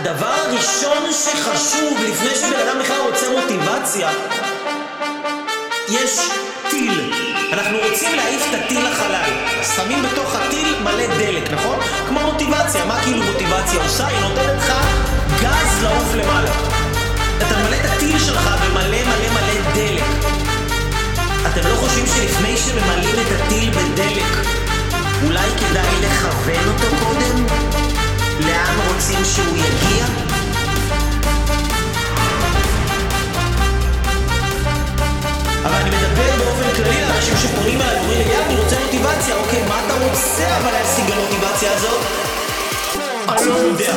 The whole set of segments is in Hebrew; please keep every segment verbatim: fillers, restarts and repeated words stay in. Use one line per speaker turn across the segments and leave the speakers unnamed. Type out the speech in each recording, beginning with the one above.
הדבר הראשון שחשוב לפני שבן אדם בכלל רוצה מוטיבציה, יש טיל. אנחנו רוצים להעיף את הטיל לחלל. שמים בתוך הטיל מלא דלק, נכון? כמו מוטיבציה. מה כאילו מוטיבציה עושה? היא נותנת לך גז לעוף למעלה. אתה ממלא את הטיל שלך במלא מלא מלא דלק. אתם לא חושבים שלפני שממלאים את הטיל בדלק אולי כדאי לכוון אותו קודם? לאן רוצים שהוא יגיע? אבל אני מדבר באופן כללי לאנשים שפונים אליי ואומרים לי, אני רוצה מוטיבציה. אוקיי, מה אתה רוצה אבל להשיג המוטיבציה הזאת? אני לא יודע.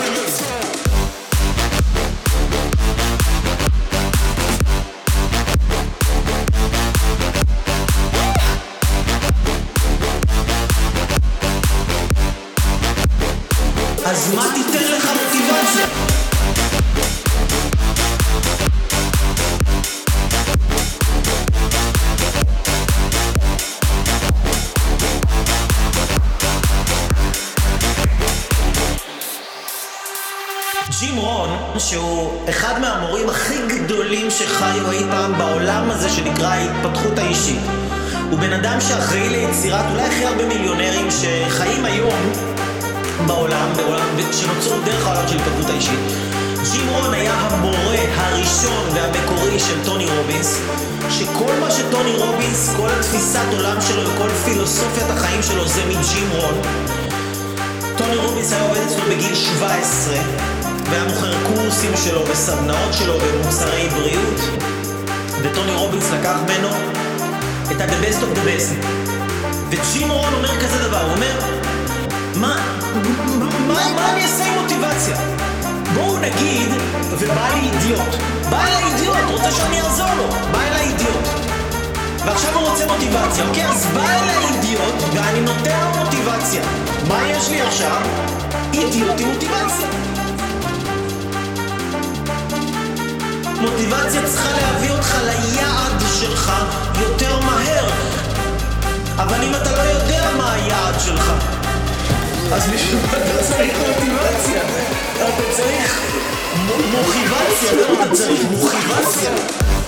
אז מה תיתן לך מוטיבציה? ג'ים רון, שהוא אחד מהמורים הכי גדולים שחיו אי פעם בעולם הזה שנקרא ההתפתחות האישית, הוא בן אדם שאחראי ליצירת אולי הכי הרבה מיליונרים שחיים היום בעולם, בעולם שנוצרו דרך העולם של התפתחות האישית. ג'ים רון היה המורה הראשון והמקורי של טוני רובינס, שכל מה שטוני רובינס, כל התפיסת עולם שלו וכל פילוסופיית החיים שלו זה מג'ים רון. טוני רובינס היה עובד אצלו בגיל שבע עשרה והיה מוכר קורסים שלו וסדנאות שלו ומוצרי בריאות, וטוני רובינס לקח ממנו את ה-the best of the best. וג'ים רון אומר כזה דבר, הוא אומר, מה, מה, מה אני אעשה עם מוטיבציה? בואו נגיד, ובא לי אידיוט. בא אליי אידיוט, רוצה שאני אעזור לו. בא אליי אידיוט. ועכשיו הוא רוצה מוטיבציה, אוקיי? אז בא אליי אידיוט, ואני נותן לו מוטיבציה. מה יש לי עכשיו? אידיוט עם מוטיבציה. מוטיבציה צריכה להביא אותך ליעד שלך יותר מהר. אבל אם אתה לא יודע מה היעד שלך, אז מישהו אתה צריך מוטיבציה, אתה צריך מוחיבציה, אתה צריך מוחיבציה.